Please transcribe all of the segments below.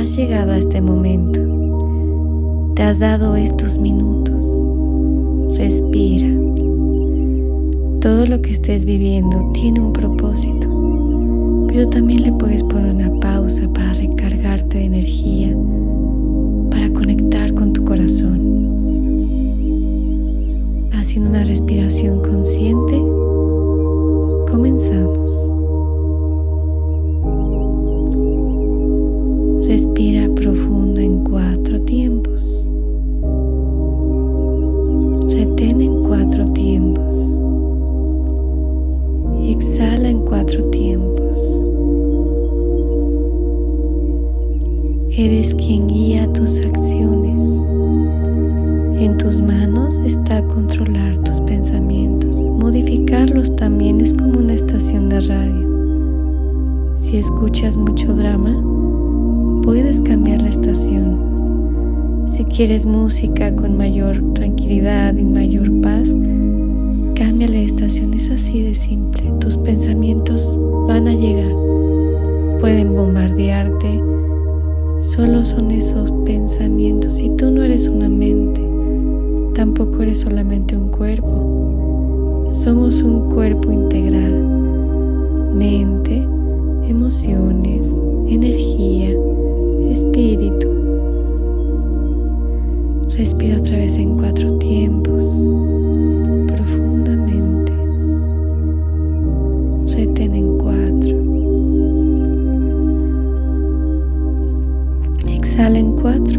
has llegado a este momento. Te has dado estos minutos. Respira. Todo lo que estés viviendo tiene un propósito, pero también le puedes poner una pausa para recargarte de energía, para conectar con tu corazón. Haciendo una respiración consciente, comenzamos. Respira profundo en 4 tiempos. Retén en 4 tiempos. Exhala en 4 tiempos. Eres quien guía tus acciones. En tus manos está controlar tus pensamientos. Modificarlos también es como una estación de radio. Si escuchas mucho drama, puedes cambiar la estación. Si quieres música con mayor tranquilidad y mayor paz, cambia la estación. Es así de simple. Tus pensamientos van a llegar. Pueden bombardearte. Solo son esos pensamientos y tú no eres una mente. Tampoco eres solamente un cuerpo. Somos un cuerpo integral. Mente, emociones, energía, espíritu. Respira otra vez en 4 tiempos, profundamente. Retén en 4. Exhala en 4.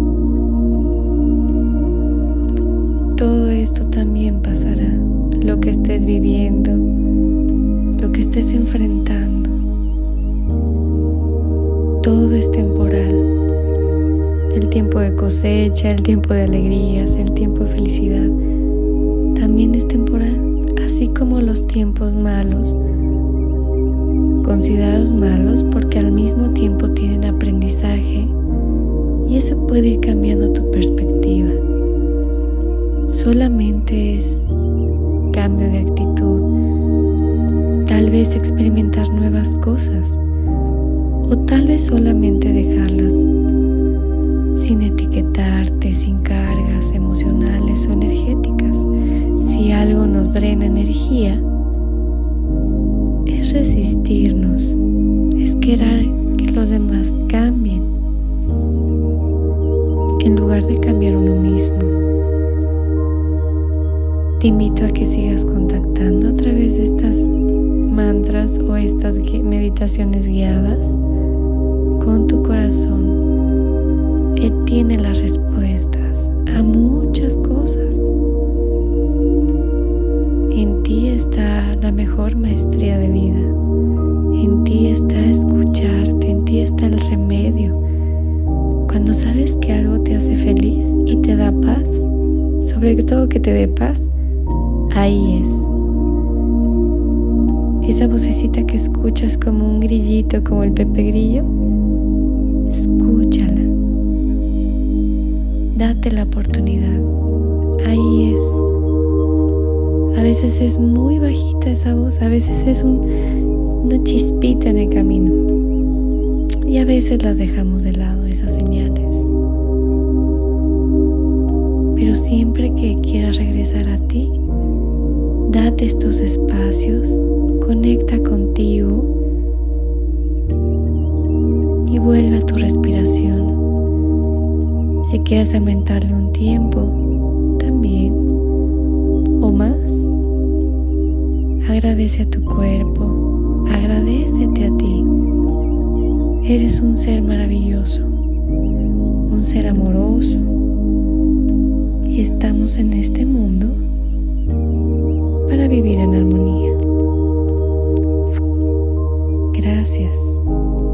Todo esto también pasará. Lo que estés viviendo, lo que estés enfrentando, todo es temporal. El tiempo de cosecha, el tiempo de alegrías, el tiempo de felicidad, también es temporal. Así como los tiempos malos, considerados malos porque al mismo tiempo tienen aprendizaje, y eso puede ir cambiando tu perspectiva. Solamente es cambio de actitud, tal vez experimentar nuevas cosas, o tal vez solamente dejarlas sin etiquetarte, sin cargas emocionales o energéticas. Si algo nos drena energía, es resistirnos, es querer que los demás cambien, en lugar de cambiar uno mismo. Te invito a que sigas contactando a través de estas mantras o estas meditaciones guiadas con tu corazón. Él tiene las respuestas a muchas cosas. En ti está la mejor maestría de vida. En ti está escucharte, en ti está el remedio. Cuando sabes que algo te hace feliz y te da paz, sobre todo que te dé paz, ahí es. Esa vocecita que escuchas como un grillito, como el Pepe Grillo, escúchala. Date la oportunidad. Ahí es. A veces es muy bajita esa voz, a veces es una chispita en el camino. Y a veces las dejamos de lado, esas señales. Pero siempre que quieras regresar a ti, date estos espacios, conecta contigo y vuelve a tu respiración. Si quieres aumentarle un tiempo, también, o más, agradece a tu cuerpo, agradécete a ti. Eres un ser maravilloso, un ser amoroso, y estamos en este mundo para vivir en armonía. Gracias.